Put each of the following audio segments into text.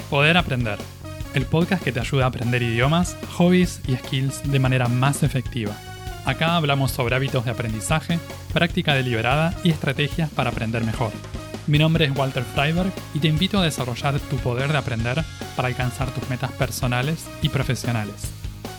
Poder Aprender, el podcast que te ayuda a aprender idiomas, hobbies y skills de manera más efectiva. Acá hablamos sobre hábitos de aprendizaje, práctica deliberada y estrategias para aprender mejor. Mi nombre es Walter Freiberg y te invito a desarrollar tu poder de aprender para alcanzar tus metas personales y profesionales.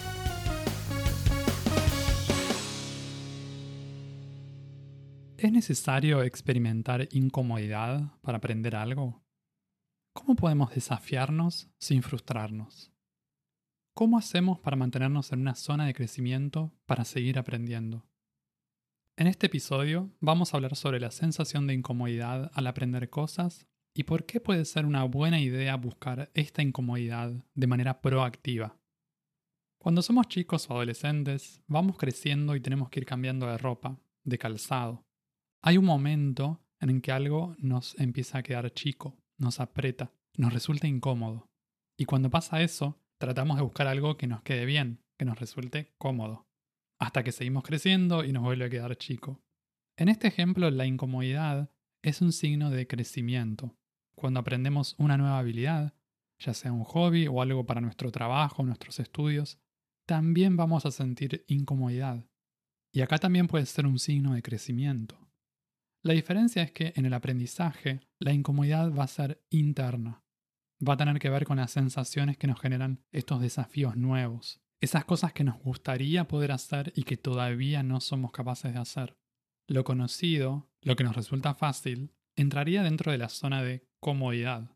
¿Es necesario experimentar incomodidad para aprender algo? ¿Cómo podemos desafiarnos sin frustrarnos? ¿Cómo hacemos para mantenernos en una zona de crecimiento para seguir aprendiendo? En este episodio vamos a hablar sobre la sensación de incomodidad al aprender cosas y por qué puede ser una buena idea buscar esta incomodidad de manera proactiva. Cuando somos chicos o adolescentes, vamos creciendo y tenemos que ir cambiando de ropa, de calzado. Hay un momento en el que algo nos empieza a quedar chico, nos aprieta, nos resulta incómodo. Y cuando pasa eso, tratamos de buscar algo que nos quede bien, que nos resulte cómodo, hasta que seguimos creciendo y nos vuelve a quedar chico. En este ejemplo, la incomodidad es un signo de crecimiento. Cuando aprendemos una nueva habilidad, ya sea un hobby o algo para nuestro trabajo o nuestros estudios, también vamos a sentir incomodidad. Y acá también puede ser un signo de crecimiento. La diferencia es que en el aprendizaje, la incomodidad va a ser interna. Va a tener que ver con las sensaciones que nos generan estos desafíos nuevos. Esas cosas que nos gustaría poder hacer y que todavía no somos capaces de hacer. Lo conocido, lo que nos resulta fácil, entraría dentro de la zona de comodidad.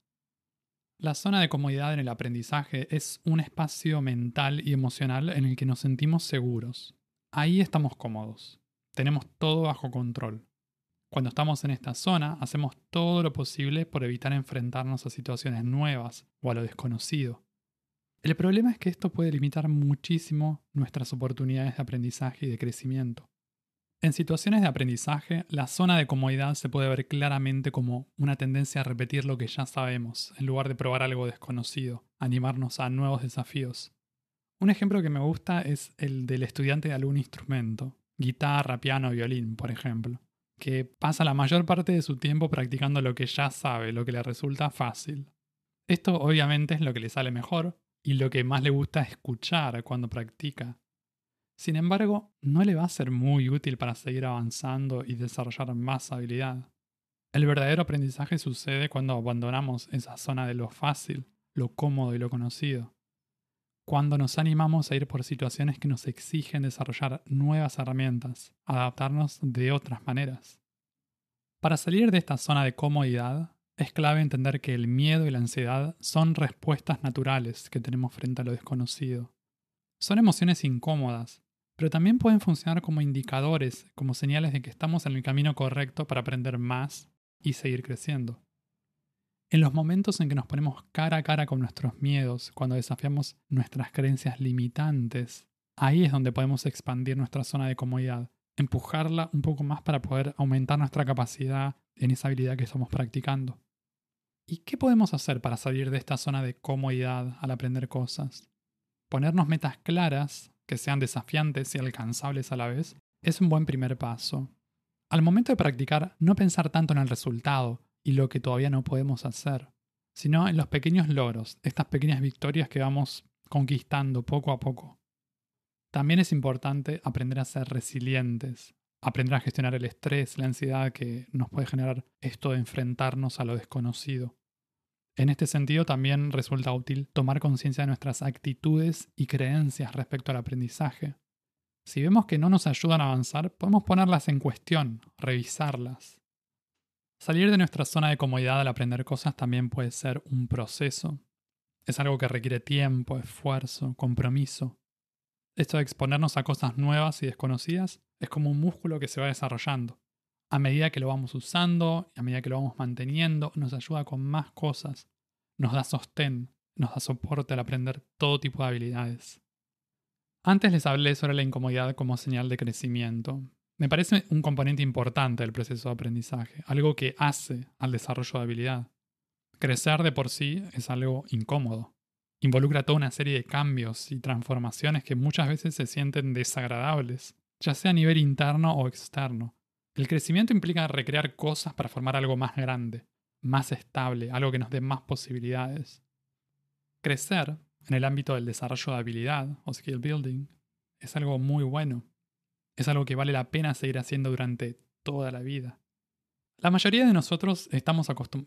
La zona de comodidad en el aprendizaje es un espacio mental y emocional en el que nos sentimos seguros. Ahí estamos cómodos. Tenemos todo bajo control. Cuando estamos en esta zona, hacemos todo lo posible por evitar enfrentarnos a situaciones nuevas o a lo desconocido. El problema es que esto puede limitar muchísimo nuestras oportunidades de aprendizaje y de crecimiento. En situaciones de aprendizaje, la zona de comodidad se puede ver claramente como una tendencia a repetir lo que ya sabemos, en lugar de probar algo desconocido, animarnos a nuevos desafíos. Un ejemplo que me gusta es el del estudiante de algún instrumento, guitarra, piano, violín, por ejemplo, que pasa la mayor parte de su tiempo practicando lo que ya sabe, lo que le resulta fácil. Esto obviamente es lo que le sale mejor y lo que más le gusta escuchar cuando practica. Sin embargo, no le va a ser muy útil para seguir avanzando y desarrollar más habilidad. El verdadero aprendizaje sucede cuando abandonamos esa zona de lo fácil, lo cómodo y lo conocido. Cuando nos animamos a ir por situaciones que nos exigen desarrollar nuevas herramientas, adaptarnos de otras maneras. Para salir de esta zona de comodidad, es clave entender que el miedo y la ansiedad son respuestas naturales que tenemos frente a lo desconocido. Son emociones incómodas, pero también pueden funcionar como indicadores, como señales de que estamos en el camino correcto para aprender más y seguir creciendo. En los momentos en que nos ponemos cara a cara con nuestros miedos, cuando desafiamos nuestras creencias limitantes, ahí es donde podemos expandir nuestra zona de comodidad, empujarla un poco más para poder aumentar nuestra capacidad en esa habilidad que estamos practicando. ¿Y qué podemos hacer para salir de esta zona de comodidad al aprender cosas? Ponernos metas claras, que sean desafiantes y alcanzables a la vez, es un buen primer paso. Al momento de practicar, no pensar tanto en el resultado y lo que todavía no podemos hacer, sino en los pequeños logros, estas pequeñas victorias que vamos conquistando poco a poco. También es importante aprender a ser resilientes, aprender a gestionar el estrés, la ansiedad que nos puede generar esto de enfrentarnos a lo desconocido. En este sentido también resulta útil tomar conciencia de nuestras actitudes y creencias respecto al aprendizaje. Si vemos que no nos ayudan a avanzar, podemos ponerlas en cuestión, revisarlas. Salir de nuestra zona de comodidad al aprender cosas también puede ser un proceso. Es algo que requiere tiempo, esfuerzo, compromiso. Esto de exponernos a cosas nuevas y desconocidas es como un músculo que se va desarrollando. A medida que lo vamos usando, a medida que lo vamos manteniendo, nos ayuda con más cosas. Nos da sostén, nos da soporte al aprender todo tipo de habilidades. Antes les hablé sobre la incomodidad como señal de crecimiento. Me parece un componente importante del proceso de aprendizaje, algo que hace al desarrollo de habilidad. Crecer de por sí es algo incómodo. Involucra toda una serie de cambios y transformaciones que muchas veces se sienten desagradables, ya sea a nivel interno o externo. El crecimiento implica recrear cosas para formar algo más grande, más estable, algo que nos dé más posibilidades. Crecer en el ámbito del desarrollo de habilidad o skill building es algo muy bueno. Es algo que vale la pena seguir haciendo durante toda la vida. La mayoría de nosotros estamos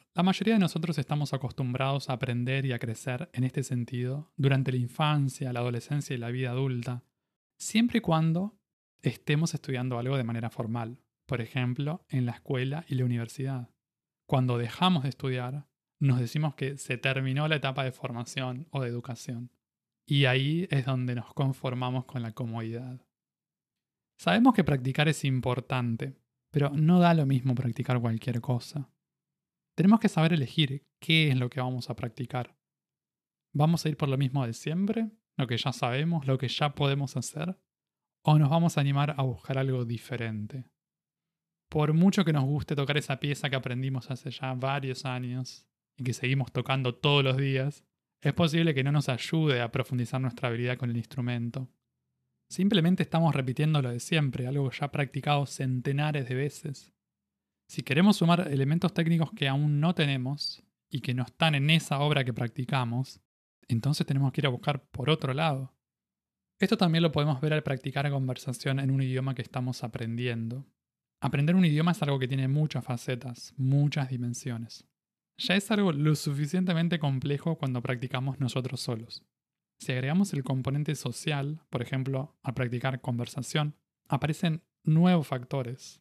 acostumbrados a aprender y a crecer en este sentido durante la infancia, la adolescencia y la vida adulta, siempre y cuando estemos estudiando algo de manera formal, por ejemplo, en la escuela y la universidad. Cuando dejamos de estudiar, nos decimos que se terminó la etapa de formación o de educación. Y ahí es donde nos conformamos con la comodidad. Sabemos que practicar es importante, pero no da lo mismo practicar cualquier cosa. Tenemos que saber elegir qué es lo que vamos a practicar. ¿Vamos a ir por lo mismo de siempre? ¿Lo que ya sabemos? ¿Lo que ya podemos hacer? ¿O nos vamos a animar a buscar algo diferente? Por mucho que nos guste tocar esa pieza que aprendimos hace ya varios años y que seguimos tocando todos los días, es posible que no nos ayude a profundizar nuestra habilidad con el instrumento. Simplemente estamos repitiendo lo de siempre, algo ya practicado centenares de veces. Si queremos sumar elementos técnicos que aún no tenemos y que no están en esa obra que practicamos, entonces tenemos que ir a buscar por otro lado. Esto también lo podemos ver al practicar conversación en un idioma que estamos aprendiendo. Aprender un idioma es algo que tiene muchas facetas, muchas dimensiones. Ya es algo lo suficientemente complejo cuando practicamos nosotros solos. Si agregamos el componente social, por ejemplo, al practicar conversación, aparecen nuevos factores.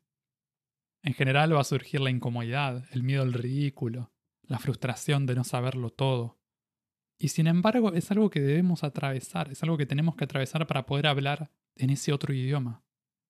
En general va a surgir la incomodidad, el miedo al ridículo, la frustración de no saberlo todo. Y sin embargo es algo que debemos atravesar, es algo que tenemos que atravesar para poder hablar en ese otro idioma.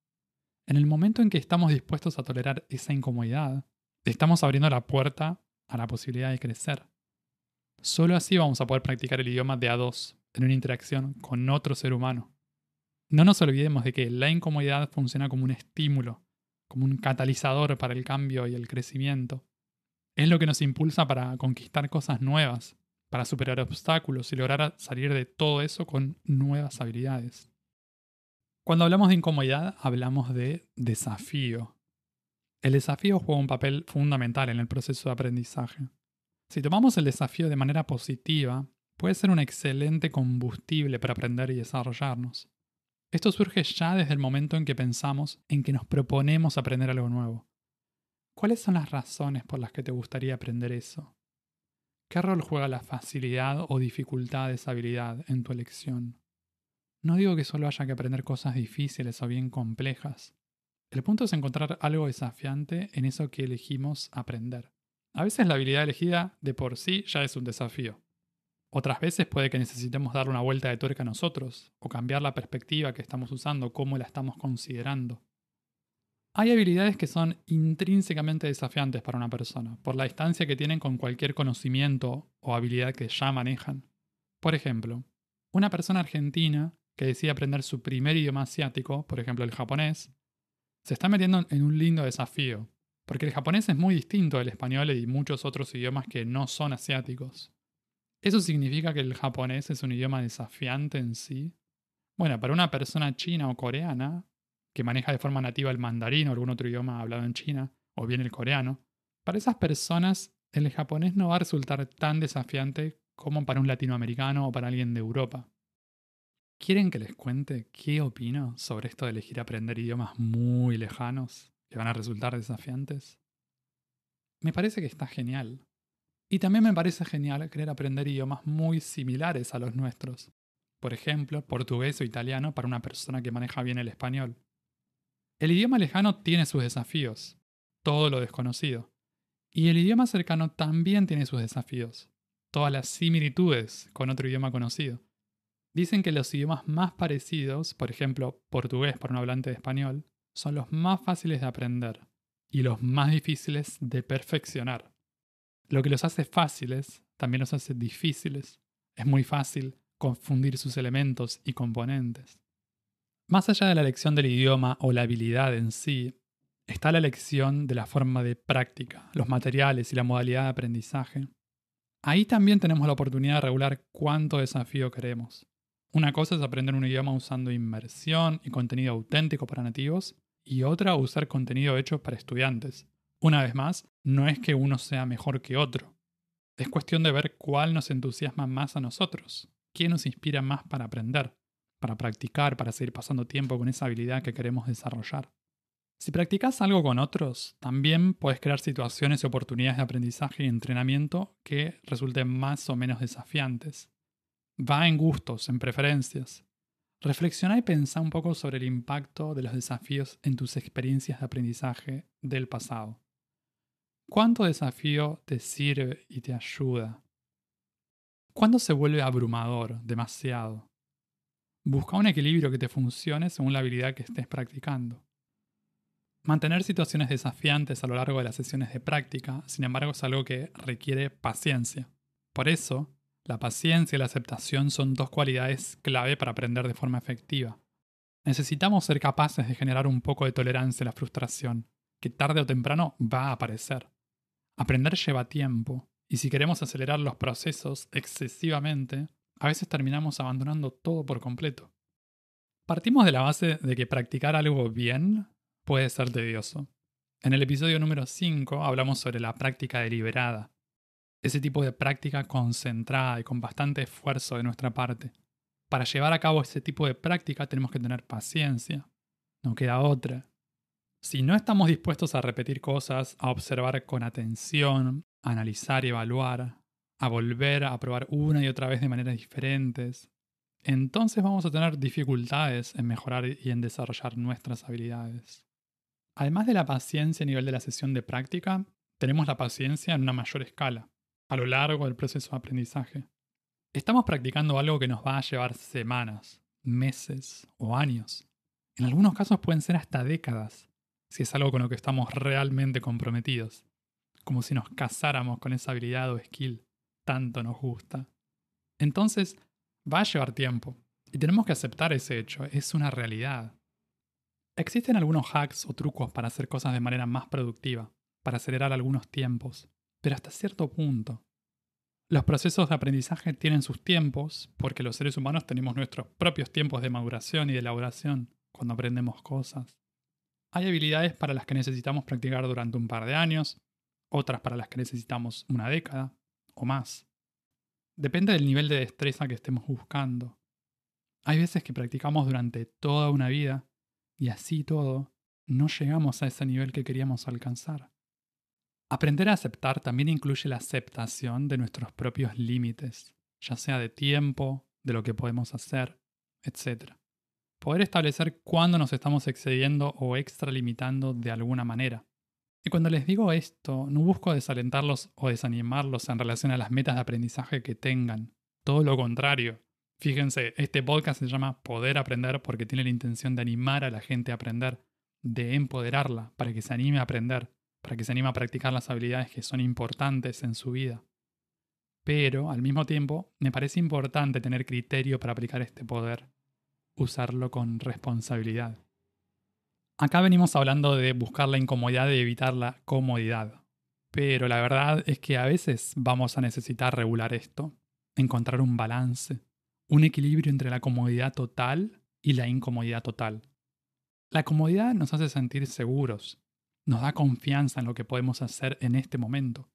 En el momento en que estamos dispuestos a tolerar esa incomodidad, estamos abriendo la puerta a la posibilidad de crecer. Solo así vamos a poder practicar el idioma de a dos, en una interacción con otro ser humano. No nos olvidemos de que la incomodidad funciona como un estímulo, como un catalizador para el cambio y el crecimiento. Es lo que nos impulsa para conquistar cosas nuevas, para superar obstáculos y lograr salir de todo eso con nuevas habilidades. Cuando hablamos de incomodidad, hablamos de desafío. El desafío juega un papel fundamental en el proceso de aprendizaje. Si tomamos el desafío de manera positiva, puede ser un excelente combustible para aprender y desarrollarnos. Esto surge ya desde el momento en que pensamos en que nos proponemos aprender algo nuevo. ¿Cuáles son las razones por las que te gustaría aprender eso? ¿Qué rol juega la facilidad o dificultad de esa habilidad en tu elección? No digo que solo haya que aprender cosas difíciles o bien complejas. El punto es encontrar algo desafiante en eso que elegimos aprender. A veces la habilidad elegida de por sí ya es un desafío. Otras veces puede que necesitemos darle una vuelta de tuerca a nosotros, o cambiar la perspectiva que estamos usando, cómo la estamos considerando. Hay habilidades que son intrínsecamente desafiantes para una persona, por la distancia que tienen con cualquier conocimiento o habilidad que ya manejan. Por ejemplo, una persona argentina que decide aprender su primer idioma asiático, por ejemplo el japonés, se está metiendo en un lindo desafío, porque el japonés es muy distinto del español y muchos otros idiomas que no son asiáticos. ¿Eso significa que el japonés es un idioma desafiante en sí? Bueno, para una persona china o coreana, que maneja de forma nativa el mandarín o algún otro idioma hablado en China, o bien el coreano, para esas personas el japonés no va a resultar tan desafiante como para un latinoamericano o para alguien de Europa. ¿Quieren que les cuente qué opino sobre esto de elegir aprender idiomas muy lejanos que van a resultar desafiantes? Me parece que está genial. Y también me parece genial querer aprender idiomas muy similares a los nuestros. Por ejemplo, portugués o italiano para una persona que maneja bien el español. El idioma lejano tiene sus desafíos, todo lo desconocido. Y el idioma cercano también tiene sus desafíos, todas las similitudes con otro idioma conocido. Dicen que los idiomas más parecidos, por ejemplo, portugués para un hablante de español, son los más fáciles de aprender y los más difíciles de perfeccionar. Lo que los hace fáciles también los hace difíciles. Es muy fácil confundir sus elementos y componentes. Más allá de la elección del idioma o la habilidad en sí, está la elección de la forma de práctica, los materiales y la modalidad de aprendizaje. Ahí también tenemos la oportunidad de regular cuánto desafío queremos. Una cosa es aprender un idioma usando inmersión y contenido auténtico para nativos, y otra usar contenido hecho para estudiantes. Una vez más, no es que uno sea mejor que otro. Es cuestión de ver cuál nos entusiasma más a nosotros, qué nos inspira más para aprender, para practicar, para seguir pasando tiempo con esa habilidad que queremos desarrollar. Si practicas algo con otros, también puedes crear situaciones y oportunidades de aprendizaje y entrenamiento que resulten más o menos desafiantes. Va en gustos, en preferencias. Reflexiona y pensá un poco sobre el impacto de los desafíos en tus experiencias de aprendizaje del pasado. ¿Cuánto desafío te sirve y te ayuda? ¿Cuándo se vuelve abrumador, demasiado? Busca un equilibrio que te funcione según la habilidad que estés practicando. Mantener situaciones desafiantes a lo largo de las sesiones de práctica, sin embargo, es algo que requiere paciencia. Por eso, la paciencia y la aceptación son dos cualidades clave para aprender de forma efectiva. Necesitamos ser capaces de generar un poco de tolerancia a la frustración, que tarde o temprano va a aparecer. Aprender lleva tiempo, y si queremos acelerar los procesos excesivamente, a veces terminamos abandonando todo por completo. Partimos de la base de que practicar algo bien puede ser tedioso. En el episodio número 5 hablamos sobre la práctica deliberada, ese tipo de práctica concentrada y con bastante esfuerzo de nuestra parte. Para llevar a cabo ese tipo de práctica tenemos que tener paciencia. No queda otra. Si no estamos dispuestos a repetir cosas, a observar con atención, a analizar y evaluar, a volver a probar una y otra vez de maneras diferentes, entonces vamos a tener dificultades en mejorar y en desarrollar nuestras habilidades. Además de la paciencia a nivel de la sesión de práctica, tenemos la paciencia en una mayor escala, a lo largo del proceso de aprendizaje. Estamos practicando algo que nos va a llevar semanas, meses o años. En algunos casos pueden ser hasta décadas, si es algo con lo que estamos realmente comprometidos, como si nos casáramos con esa habilidad o skill, tanto nos gusta. Entonces, va a llevar tiempo, y tenemos que aceptar ese hecho, es una realidad. Existen algunos hacks o trucos para hacer cosas de manera más productiva, para acelerar algunos tiempos, pero hasta cierto punto. Los procesos de aprendizaje tienen sus tiempos, porque los seres humanos tenemos nuestros propios tiempos de maduración y de elaboración cuando aprendemos cosas. Hay habilidades para las que necesitamos practicar durante un par de años, otras para las que necesitamos una década o más. Depende del nivel de destreza que estemos buscando. Hay veces que practicamos durante toda una vida y así todo, no llegamos a ese nivel que queríamos alcanzar. Aprender a aceptar también incluye la aceptación de nuestros propios límites, ya sea de tiempo, de lo que podemos hacer, etc. Poder establecer cuándo nos estamos excediendo o extralimitando de alguna manera. Y cuando les digo esto, no busco desalentarlos o desanimarlos en relación a las metas de aprendizaje que tengan. Todo lo contrario. Fíjense, este podcast se llama Poder Aprender porque tiene la intención de animar a la gente a aprender, de empoderarla para que se anime a aprender, para que se anime a practicar las habilidades que son importantes en su vida. Pero, al mismo tiempo, me parece importante tener criterio para aplicar este poder, usarlo con responsabilidad. Acá venimos hablando de buscar la incomodidad y evitar la comodidad. Pero la verdad es que a veces vamos a necesitar regular esto, encontrar un balance, un equilibrio entre la comodidad total y la incomodidad total. La comodidad nos hace sentir seguros, nos da confianza en lo que podemos hacer en este momento.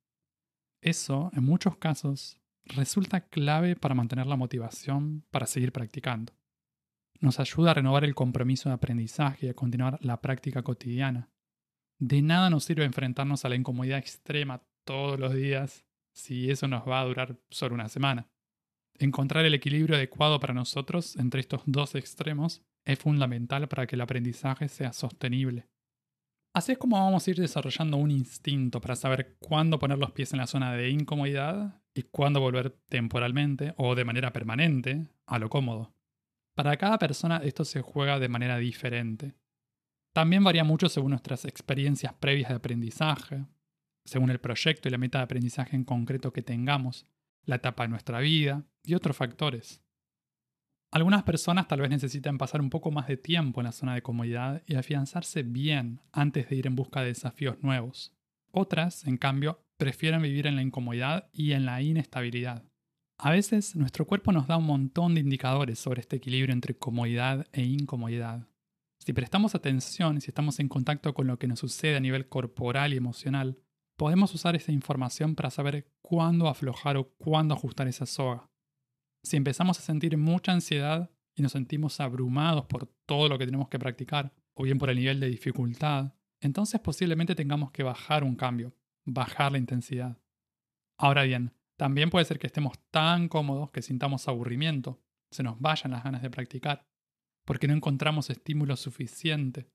Eso, en muchos casos, resulta clave para mantener la motivación para seguir practicando. Nos ayuda a renovar el compromiso de aprendizaje y a continuar la práctica cotidiana. De nada nos sirve enfrentarnos a la incomodidad extrema todos los días si eso nos va a durar solo una semana. Encontrar el equilibrio adecuado para nosotros entre estos dos extremos es fundamental para que el aprendizaje sea sostenible. Así es como vamos a ir desarrollando un instinto para saber cuándo poner los pies en la zona de incomodidad y cuándo volver temporalmente o de manera permanente a lo cómodo. Para cada persona esto se juega de manera diferente. También varía mucho según nuestras experiencias previas de aprendizaje, según el proyecto y la meta de aprendizaje en concreto que tengamos, la etapa de nuestra vida y otros factores. Algunas personas tal vez necesitan pasar un poco más de tiempo en la zona de comodidad y afianzarse bien antes de ir en busca de desafíos nuevos. Otras, en cambio, prefieren vivir en la incomodidad y en la inestabilidad. A veces nuestro cuerpo nos da un montón de indicadores sobre este equilibrio entre comodidad e incomodidad. Si prestamos atención y si estamos en contacto con lo que nos sucede a nivel corporal y emocional, podemos usar esa información para saber cuándo aflojar o cuándo ajustar esa soga. Si empezamos a sentir mucha ansiedad y nos sentimos abrumados por todo lo que tenemos que practicar, o bien por el nivel de dificultad, entonces posiblemente tengamos que bajar un cambio, bajar la intensidad. Ahora bien, también puede ser que estemos tan cómodos que sintamos aburrimiento, se nos vayan las ganas de practicar, porque no encontramos estímulo suficiente.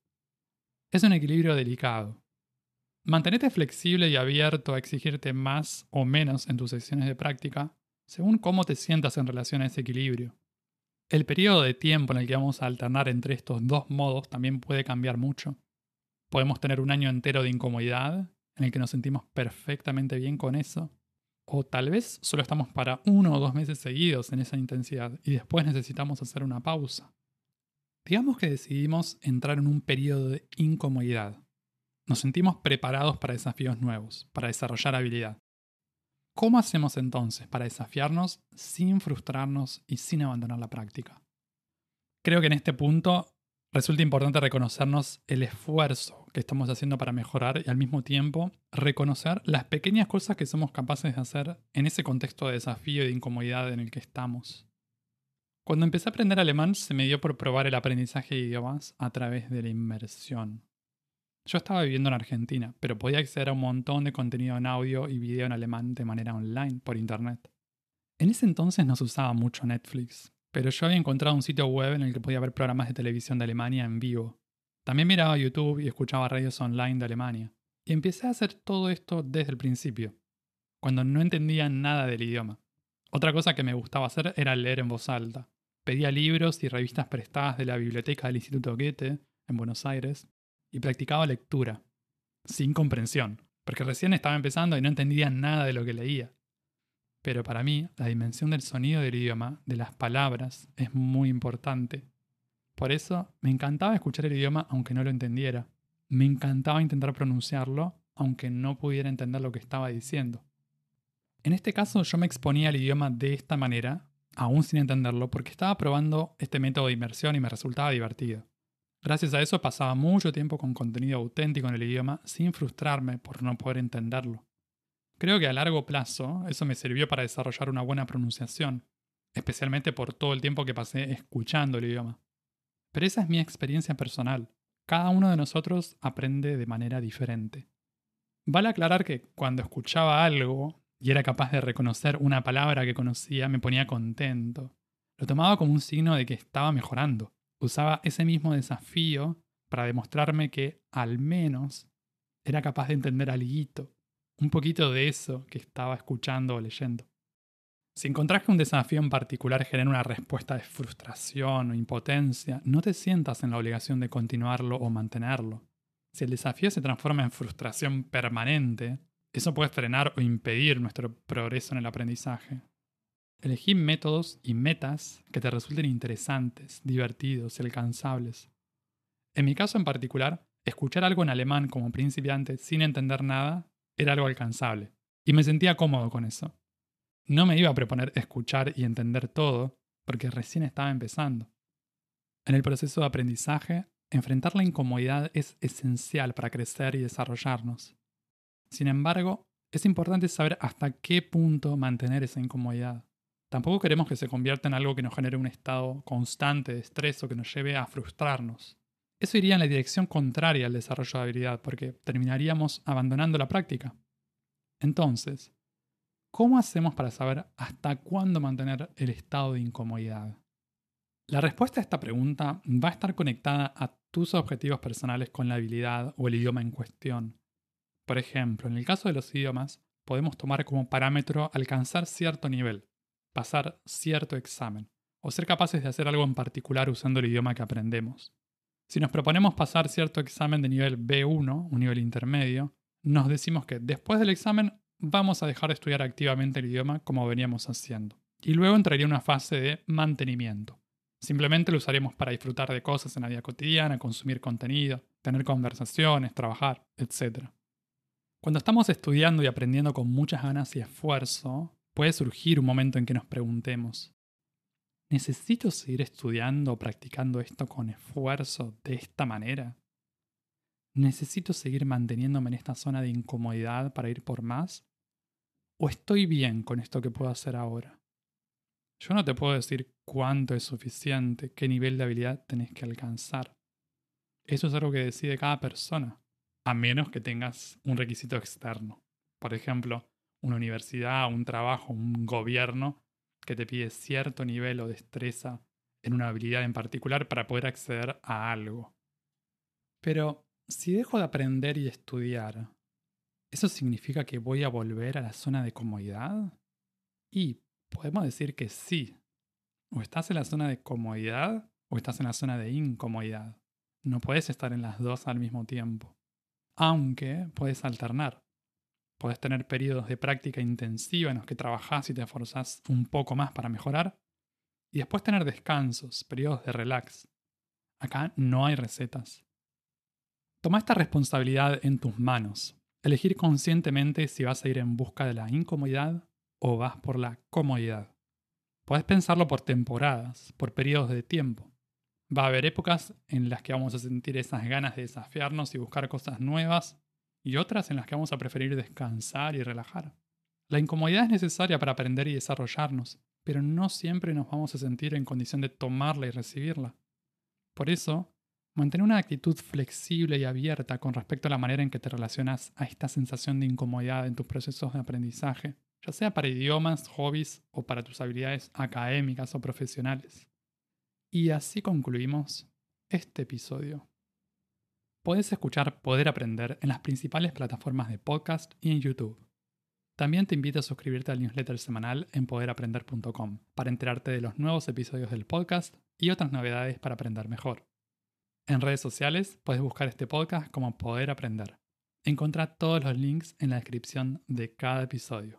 Es un equilibrio delicado. Mantenerte flexible y abierto a exigirte más o menos en tus sesiones de práctica, según cómo te sientas en relación a ese equilibrio. El periodo de tiempo en el que vamos a alternar entre estos dos modos también puede cambiar mucho. Podemos tener un año entero de incomodidad, en el que nos sentimos perfectamente bien con eso, o tal vez solo estamos para 1 o 2 meses seguidos en esa intensidad y después necesitamos hacer una pausa. Digamos que decidimos entrar en un periodo de incomodidad. Nos sentimos preparados para desafíos nuevos, para desarrollar habilidad. ¿Cómo hacemos entonces para desafiarnos sin frustrarnos y sin abandonar la práctica? Creo que en este punto resulta importante reconocernos el esfuerzo que estamos haciendo para mejorar y al mismo tiempo reconocer las pequeñas cosas que somos capaces de hacer en ese contexto de desafío y de incomodidad en el que estamos. Cuando empecé a aprender alemán se me dio por probar el aprendizaje de idiomas a través de la inmersión. Yo estaba viviendo en Argentina, pero podía acceder a un montón de contenido en audio y video en alemán de manera online, por internet. En ese entonces no se usaba mucho Netflix, pero yo había encontrado un sitio web en el que podía ver programas de televisión de Alemania en vivo. También miraba YouTube y escuchaba radios online de Alemania. Y empecé a hacer todo esto desde el principio, cuando no entendía nada del idioma. Otra cosa que me gustaba hacer era leer en voz alta. Pedía libros y revistas prestadas de la biblioteca del Instituto Goethe, en Buenos Aires, y practicaba lectura, sin comprensión, porque recién estaba empezando y no entendía nada de lo que leía. Pero para mí, la dimensión del sonido del idioma, de las palabras, es muy importante. Por eso, me encantaba escuchar el idioma aunque no lo entendiera. Me encantaba intentar pronunciarlo aunque no pudiera entender lo que estaba diciendo. En este caso, yo me exponía al idioma de esta manera, aún sin entenderlo, porque estaba probando este método de inmersión y me resultaba divertido. Gracias a eso pasaba mucho tiempo con contenido auténtico en el idioma sin frustrarme por no poder entenderlo. Creo que a largo plazo eso me sirvió para desarrollar una buena pronunciación, especialmente por todo el tiempo que pasé escuchando el idioma. Pero esa es mi experiencia personal. Cada uno de nosotros aprende de manera diferente. Vale aclarar que cuando escuchaba algo y era capaz de reconocer una palabra que conocía, me ponía contento. Lo tomaba como un signo de que estaba mejorando. Usaba ese mismo desafío para demostrarme que, al menos, era capaz de entender alguito, un poquito de eso que estaba escuchando o leyendo. Si encontrás que un desafío en particular genera una respuesta de frustración o impotencia, no te sientas en la obligación de continuarlo o mantenerlo. Si el desafío se transforma en frustración permanente, eso puede frenar o impedir nuestro progreso en el aprendizaje. Elegí métodos y metas que te resulten interesantes, divertidos y alcanzables. En mi caso en particular, escuchar algo en alemán como principiante sin entender nada era algo alcanzable, y me sentía cómodo con eso. No me iba a proponer escuchar y entender todo, porque recién estaba empezando. En el proceso de aprendizaje, enfrentar la incomodidad es esencial para crecer y desarrollarnos. Sin embargo, es importante saber hasta qué punto mantener esa incomodidad. Tampoco queremos que se convierta en algo que nos genere un estado constante de estrés o que nos lleve a frustrarnos. Eso iría en la dirección contraria al desarrollo de habilidad, porque terminaríamos abandonando la práctica. Entonces, ¿cómo hacemos para saber hasta cuándo mantener el estado de incomodidad? La respuesta a esta pregunta va a estar conectada a tus objetivos personales con la habilidad o el idioma en cuestión. Por ejemplo, en el caso de los idiomas, podemos tomar como parámetro alcanzar cierto nivel, pasar cierto examen, o ser capaces de hacer algo en particular usando el idioma que aprendemos. Si nos proponemos pasar cierto examen de nivel B1, un nivel intermedio, nos decimos que después del examen vamos a dejar de estudiar activamente el idioma como veníamos haciendo. Y luego entraría una fase de mantenimiento. Simplemente lo usaremos para disfrutar de cosas en la vida cotidiana, consumir contenido, tener conversaciones, trabajar, etc. Cuando estamos estudiando y aprendiendo con muchas ganas y esfuerzo, puede surgir un momento en que nos preguntemos: ¿necesito seguir estudiando o practicando esto con esfuerzo de esta manera? ¿Necesito seguir manteniéndome en esta zona de incomodidad para ir por más? ¿O estoy bien con esto que puedo hacer ahora? Yo no te puedo decir cuánto es suficiente, qué nivel de habilidad tenés que alcanzar. Eso es algo que decide cada persona, a menos que tengas un requisito externo. Por ejemplo, una universidad, un trabajo, un gobierno que te pide cierto nivel o destreza en una habilidad en particular para poder acceder a algo. Pero si dejo de aprender y estudiar, ¿eso significa que voy a volver a la zona de comodidad? Y podemos decir que sí. O estás en la zona de comodidad o estás en la zona de incomodidad. No puedes estar en las dos al mismo tiempo. Aunque puedes alternar. Puedes tener periodos de práctica intensiva en los que trabajás y te esforzás un poco más para mejorar. Y después tener descansos, periodos de relax. Acá no hay recetas. Toma esta responsabilidad en tus manos. Elegir conscientemente si vas a ir en busca de la incomodidad o vas por la comodidad. Podés pensarlo por temporadas, por periodos de tiempo. Va a haber épocas en las que vamos a sentir esas ganas de desafiarnos y buscar cosas nuevas, y otras en las que vamos a preferir descansar y relajar. La incomodidad es necesaria para aprender y desarrollarnos, pero no siempre nos vamos a sentir en condición de tomarla y recibirla. Por eso, mantén una actitud flexible y abierta con respecto a la manera en que te relacionas a esta sensación de incomodidad en tus procesos de aprendizaje, ya sea para idiomas, hobbies o para tus habilidades académicas o profesionales. Y así concluimos este episodio. Podés escuchar Poder Aprender en las principales plataformas de podcast y en YouTube. También te invito a suscribirte al newsletter semanal en poderaprender.com para enterarte de los nuevos episodios del podcast y otras novedades para aprender mejor. En redes sociales puedes buscar este podcast como Poder Aprender. Encontrá todos los links en la descripción de cada episodio.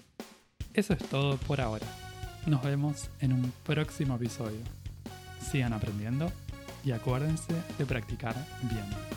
Eso es todo por ahora. Nos vemos en un próximo episodio. Sigan aprendiendo y acuérdense de practicar bien.